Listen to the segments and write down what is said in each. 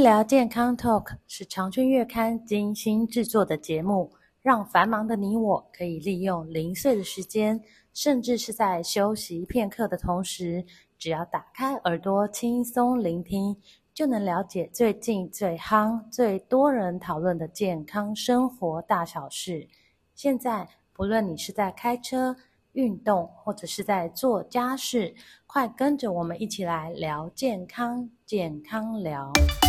疗健康 Talk 是长春月刊精心制作的节目，让繁忙的你我可以利用零碎的时间，甚至是在休息片刻的同时，只要打开耳朵轻松聆听，就能了解最近最夯、最多人讨论的健康生活大小事。现在不论你是在开车、运动，或者是在做家事，快跟着我们一起来聊健康，健康聊。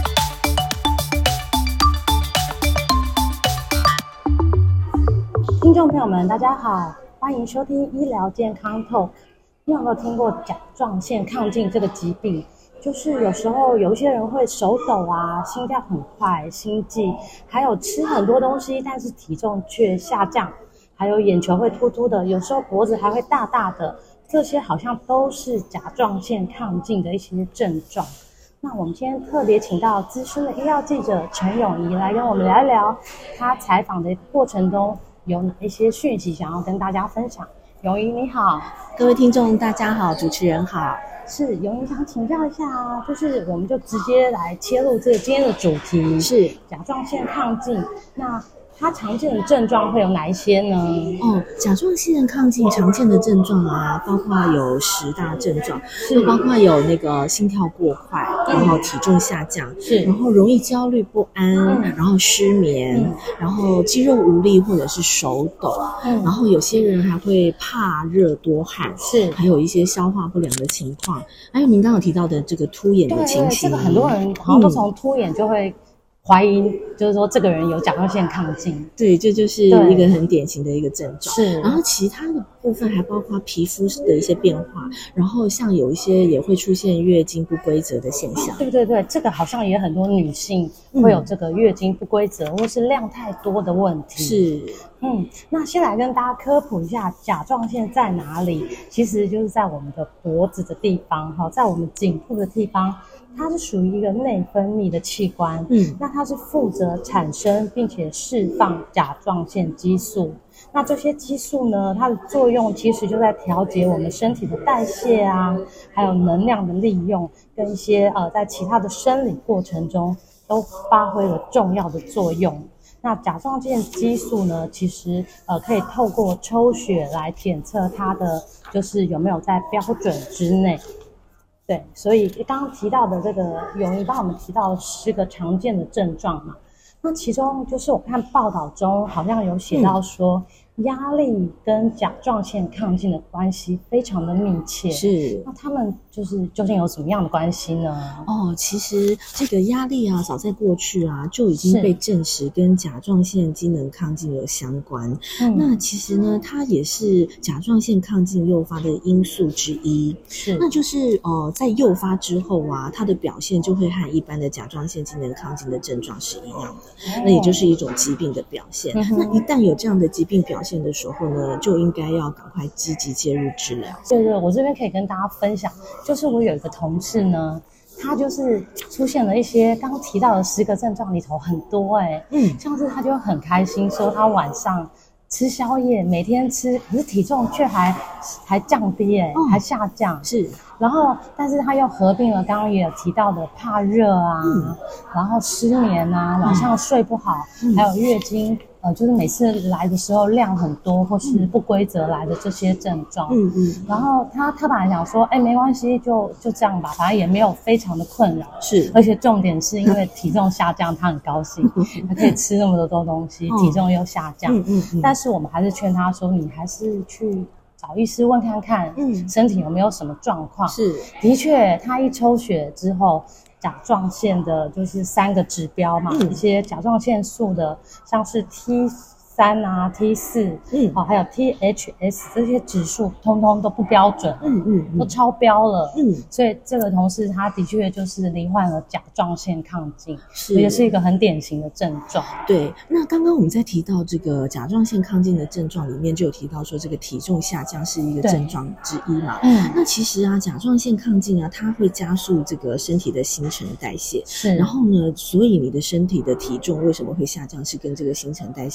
听众朋友们大家好，欢迎收听医疗健康 Talk。 你有没有听过甲状腺亢进这个疾病？就是有时候有一些人会手抖啊，心跳很快，心悸，还有吃很多东西但是体重却下降，还有眼球会突突的，有时候脖子还会大大的，这些好像都是甲状腺亢进的一些症状。那我们今天特别请到资深的医药记者陈永仪来跟我们聊一聊他采访的过程中有哪一些讯息想要跟大家分享。永仪你好。 各位听众大家好，主持人好。 是永仪想请教一下啊，就是我们就直接来切入这今天的主题，是甲状腺亢进。那它常见的症状会有哪一些呢？ 甲状腺亢进常见的症状啊，包括有10大症状，就包括有那个心跳过快，然后体重下降，然后容易焦虑不安，然后失眠，然后肌肉无力或者是手抖，然后有些人还会怕热多汗，还有一些消化不良的情况，还有您刚刚有提到的这个突眼的情形。 这个很多人好像都从突眼就会怀疑，就是说这个人有甲状腺亢进。 对，这就是一个很典型的一个症状。 是， 然后其他的部分还包括皮肤的一些变化，然后像有一些也会出现月经不规则的现象。 对对对，这个好像也很多女性会有这个月经不规则，或是量太多的问题。 是， 那先来跟大家科普一下甲状腺在哪里，其实就是在我们的脖子的地方，在我们颈部的地方。它是属于一个内分泌的器官，那它是负责产生并且释放甲状腺激素。那这些激素呢，它的作用其实就在调节我们身体的代谢啊，还有能量的利用，跟一些在其他的生理过程中都发挥了重要的作用。那甲状腺激素呢，其实可以透过抽血来检测它的就是有没有在标准之内。对，所以刚刚提到的这个永仪帮我们提到10个常见的症状嘛，那其中就是我看报道中好像有写到说，压力跟甲状腺亢进的关系非常的密切。是，那他们就是究竟有什么样的关系呢？ 其实这个压力啊，早在过去啊就已经被证实跟甲状腺机能亢进有相关。那其实呢，它也是甲状腺亢进诱发的因素之一。是，那就是在诱发之后啊，它的表现就会和一般的甲状腺机能亢进的症状是一样的。那也就是一种疾病的表现。那一旦有这样的疾病表现的时候呢，就应该要赶快积极介入治疗。 对对，我这边可以跟大家分享，就是我有一个同事呢，他就是出现了一些刚提到的10个症状里头很多像是他就很开心说他晚上吃宵夜，每天吃，可是体重却还降低还下降。是，然后但是他又合并了刚刚也有提到的怕热啊，然后失眠啊，晚上睡不好，还有月经就是每次来的时候量很多或是不规则来的这些症状。然后他本来想说没关系，就这样吧，反正也没有非常的困扰。是，而且重点是因为体重下降，他很高兴，他可以吃那么多东西，体重又下降。但是我们还是劝他说，你还是去找医师问看看，身体有没有什么状况。是，的确他一抽血之后，甲状腺的就是3个指标嘛，一些甲状腺素的，像是 T3 啊 T4 还有 THS 这些指数通通都不标准，都超标了。所以这个同事他的确就是罹患了甲状腺亢进，也是一个很典型的症状。 对，那刚刚我们在提到这个甲状腺亢进的症状里面，就有提到说这个体重下降是一个症状之一嘛。那其实啊，甲状腺亢进啊，它会加速这个身体的新陈代谢。是，然后呢，所以你的身体的体重为什么会下降，是跟这个新陈代谢加速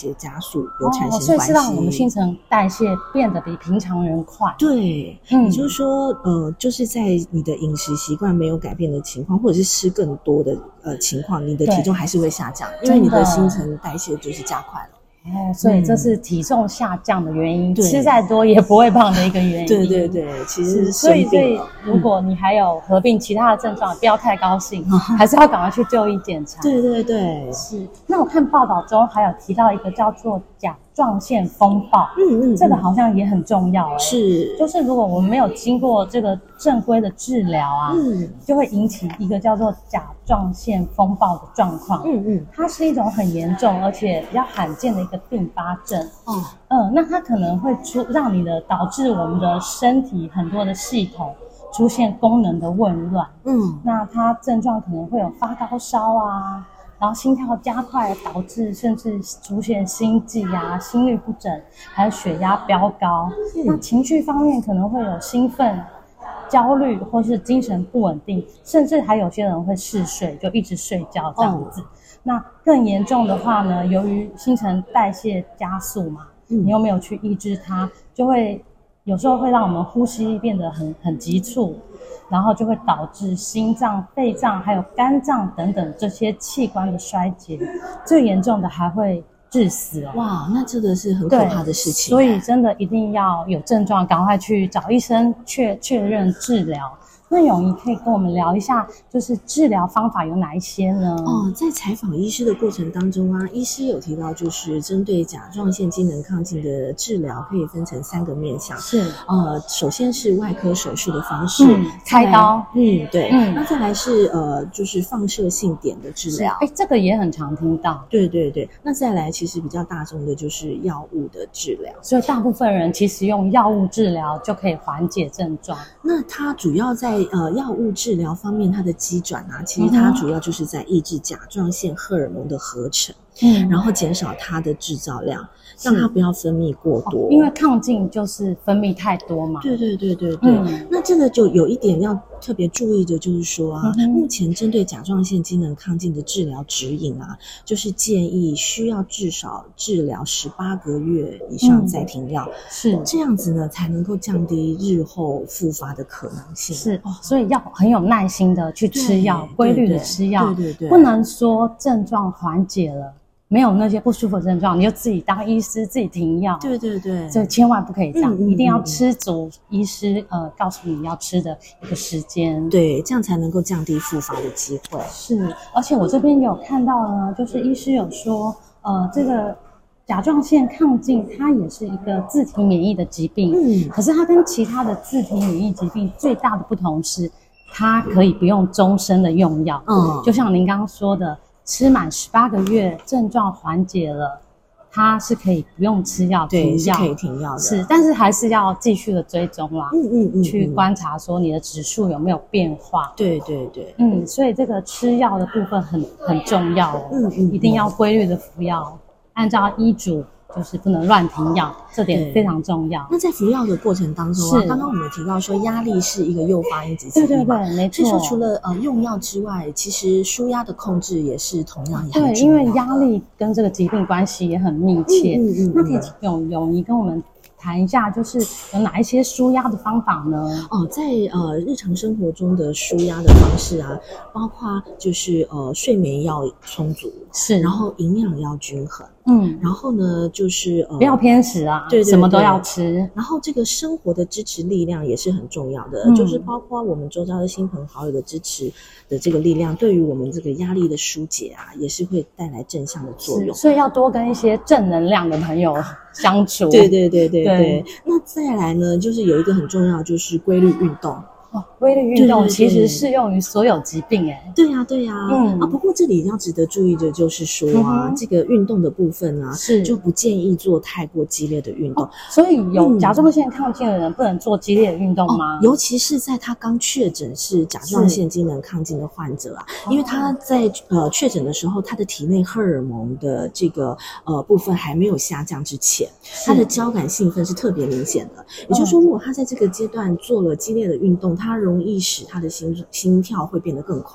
速有产生关系， 所以是让我们新陈代谢变得比平常人快。 对，也就是说就是在你的饮食习惯没有改变的情况，或者是吃更多的情况，你的体重还是会下降，因为你的新陈代谢就是加快了。 所以这是体重下降的原因，吃再多也不会胖的一个原因。 对对对，其实是所以如果你还有合并其他的症状，不要太高兴，还是要赶快去就医检查。 对对对， 是。那我看报道中还有提到一个叫做甲状腺风暴，这个好像也很重要。 是， 就是如果我们没有经过这个正规的治疗啊，就会引起一个叫做甲状腺风暴的状况。它是一种很严重而且比较罕见的一个并发症。那它可能会让你的导致我们的身体很多的系统出现功能的紊乱。那它症状可能会有发高烧啊，然后心跳加快，导致甚至出现心悸啊、心律不整，还有血压飙高。那情绪方面可能会有兴奋、焦虑，或是精神不稳定，甚至还有些人会嗜睡，就一直睡觉这样子。那更严重的话呢，由于新陈代谢加速嘛，你又没有去抑制它，就会有时候会让我们呼吸变得很急促，然后就会导致心脏、肺脏还有肝脏等等这些器官的衰竭，最严重的还会致死哦。 哇，那这个是很可怕的事情。 所以真的一定要有症状，赶快去找医生确认治疗。那咏仪可以跟我们聊一下，就是治疗方法有哪一些呢？ 在采访医师的过程当中啊，医师有提到，就是针对甲状腺机能亢进的治疗可以分成3个面向。 是， 首先是外科手术的方式， 开刀， 对，那再来是就是放射性碘的治疗， 这个也很常听到。 对对对，那再来其实比较大众的就是药物的治疗， 所以大部分人其实用药物治疗就可以缓解症状。 那它主要在药物治疗方面，它的机转啊，其实它主要就是在抑制甲状腺荷尔蒙的合成，然后减少它的制造量，让它不要分泌过多。 因为亢进就是分泌太多嘛。 对对对对对。那这个就有一点要特别注意的，就是说啊，目前针对甲状腺机能亢进的治疗指引啊，就是建议需要至少治疗18个月以上再停药， 是这样子呢，才能够降低日后复发的可能性。 是所以要很有耐心的去吃药，规律的吃药， 对， 不能说症状缓解了，没有那些不舒服的症状，你就自己当医师自己停药。 对对对， 所以千万不可以这样，一定要吃足医师告诉你要吃的一个时间。 对，这样才能够降低复发的机会。 是，而且我这边有看到呢，就是医师有说，这个甲状腺亢进它也是一个自体免疫的疾病，可是它跟其他的自体免疫疾病最大的不同是，它可以不用终身的用药。就像您刚刚说的，吃满18个月，症状缓解了，它是可以不用吃药停药， 对，是可以停药的。 是，但是还是要继续的追踪啦，去观察说你的指数有没有变化。 对对对， 所以这个吃药的部分很重要哦，一定要规律的服药，按照医嘱。就是不能乱停药，这点非常重要。 那在服药的过程当中啊，刚刚我们提到说压力是一个诱发因子之一嘛， 对，没错。 所以说除了用药之外，其实舒压的控制也是同样也很重要。 对，因为压力跟这个疾病关系也很密切。那可以咏仪跟我们谈一下，就是有哪一些舒压的方法呢？ 在日常生活中的舒压的方式啊，包括就是睡眠要充足， 是， 然后营养要均衡，然后呢就是不要偏食啊，对，什么都要吃。 然后这个生活的支持力量也是很重要的，就是包括我们周遭的亲朋好友的支持的这个力量，对于我们这个压力的疏解啊，也是会带来正向的作用。 所以要多跟一些正能量的朋友相处。 对。那再来呢，就是有一个很重要，就是规律运动。 规律运动其实适用于所有疾病。 对呀。不过这里要值得注意的就是说啊，这个运动的部分啊，就不建议做太过激烈的运动。 所以有甲状腺亢进的人不能做激烈的运动吗？ 尤其是在他刚确诊是甲状腺机能亢进的患者啊，因为他在确诊的时候，他的体内荷尔蒙的这个部分还没有下降之前，他的交感兴奋是特别明显的。也就是说，如果他在这个阶段做了激烈的运动，它容易使他的心跳会变得更快，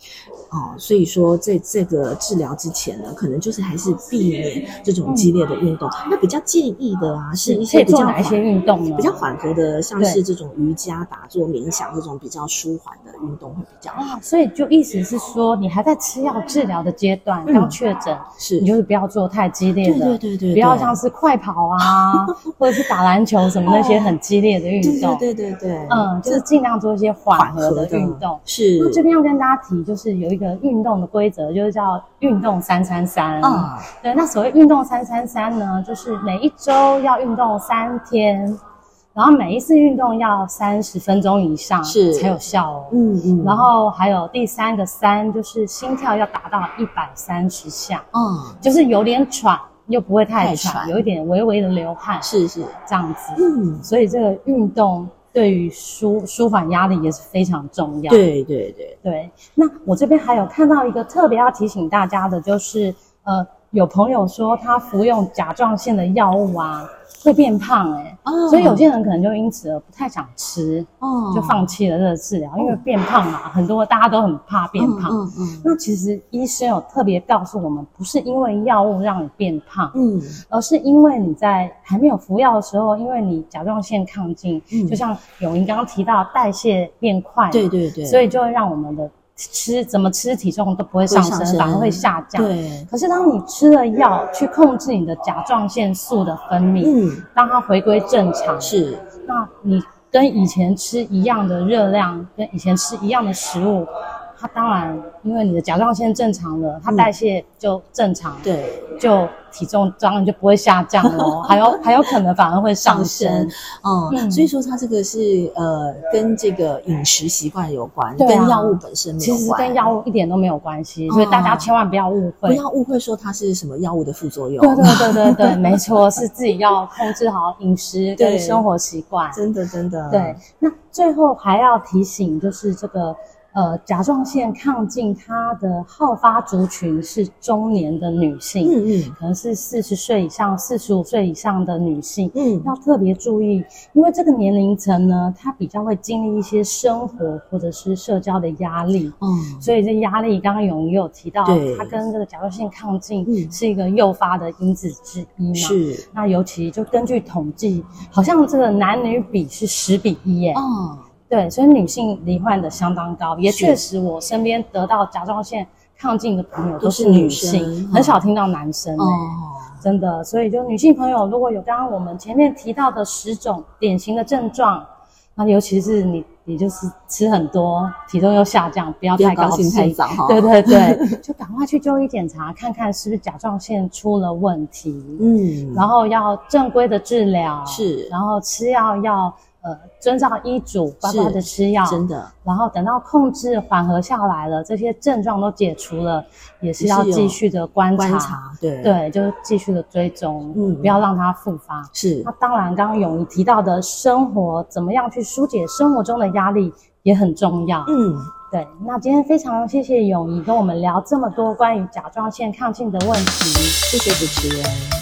所以说在这个治疗之前呢，可能就是还是避免这种激烈的运动。那比较建议的啊，是一些比较哪一些运动呢？ 比较缓和的，像是这种瑜伽、打坐、冥想这种比较舒缓的运动会比较好。 所以就意思是说，你还在吃药治疗的阶段，刚确诊， 是你就是不要做太激烈的， 对， 不要像是快跑啊，或者是打篮球什么那些很激烈的运动。 对， 就是尽量做一些缓和的运动。 是。 那这边要跟大家提，就是有一个运动的规则，就是叫运动333。对，那所谓运动333呢，就是每一周要运动3天。然后每一次运动要30分钟以上才有效哦。然后还有第3个3，就是心跳要达到130下。就是有点喘又不会太喘，有一点微微的流汗。是这样子。所以这个运动对于舒缓压力也是非常重要。对。那我这边还有看到一个特别要提醒大家的，就是有朋友说他服用甲状腺的药物啊，会变胖所以有些人可能就因此而不太想吃，就放弃了这个治疗，因为变胖嘛，很多大家都很怕变胖。那其实医生有特别告诉我们，不是因为药物让你变胖，而是因为你在还没有服药的时候，因为你甲状腺亢进，就像永莹刚刚提到代谢变快，对，所以就会让我们的怎么吃体重都不会上升，反而会下降。对。可是当你吃了药去控制你的甲状腺素的分泌，让它回归正常，那你跟以前吃一样的热量，跟以前吃一样的食物，它当然因为你的甲状腺正常了，它代谢就正常，就体重当然就不会下降咯还有可能反而会上升。 所以说它这个是跟这个饮食习惯有关，跟药物本身没有关。 其实跟药物一点都没有关系，所以大家千万不要误会， 不要误会说它是什么药物的副作用。 对，没错，是自己要控制好饮食跟生活习惯。 真的。 对，那最后还要提醒，就是这个甲状腺亢进它的好发族群是中年的女性，可能是40岁以上、45岁以上的女性，要特别注意，因为这个年龄层呢，它比较会经历一些生活或者是社交的压力，所以这压力刚刚永莹有提到，它跟这个甲状腺亢进是一个诱发的因子之一嘛。那尤其就根据统计，好像这个男女比是10:1耶。对，所以女性罹患的相当高，也确实我身边得到甲状腺亢进的朋友都是女性，很少听到男生真的。所以就女性朋友如果有刚刚我们前面提到的10种典型的症状，那尤其是你就是吃很多，体重又下降，不要太高兴太早对，就赶快去就医检查，看看是不是甲状腺出了问题，然后要正规的治疗，然后吃药要遵照医嘱乖乖的吃药，真的。然后等到控制缓和下来了，这些症状都解除了，也是要继续的观察，对，就是继续的追踪，不要让它复发。那当然，刚刚永仪提到的生活怎么样去疏解生活中的压力也很重要。对。那今天非常谢谢永仪跟我们聊这么多关于甲状腺亢进的问题， 谢谢主持人。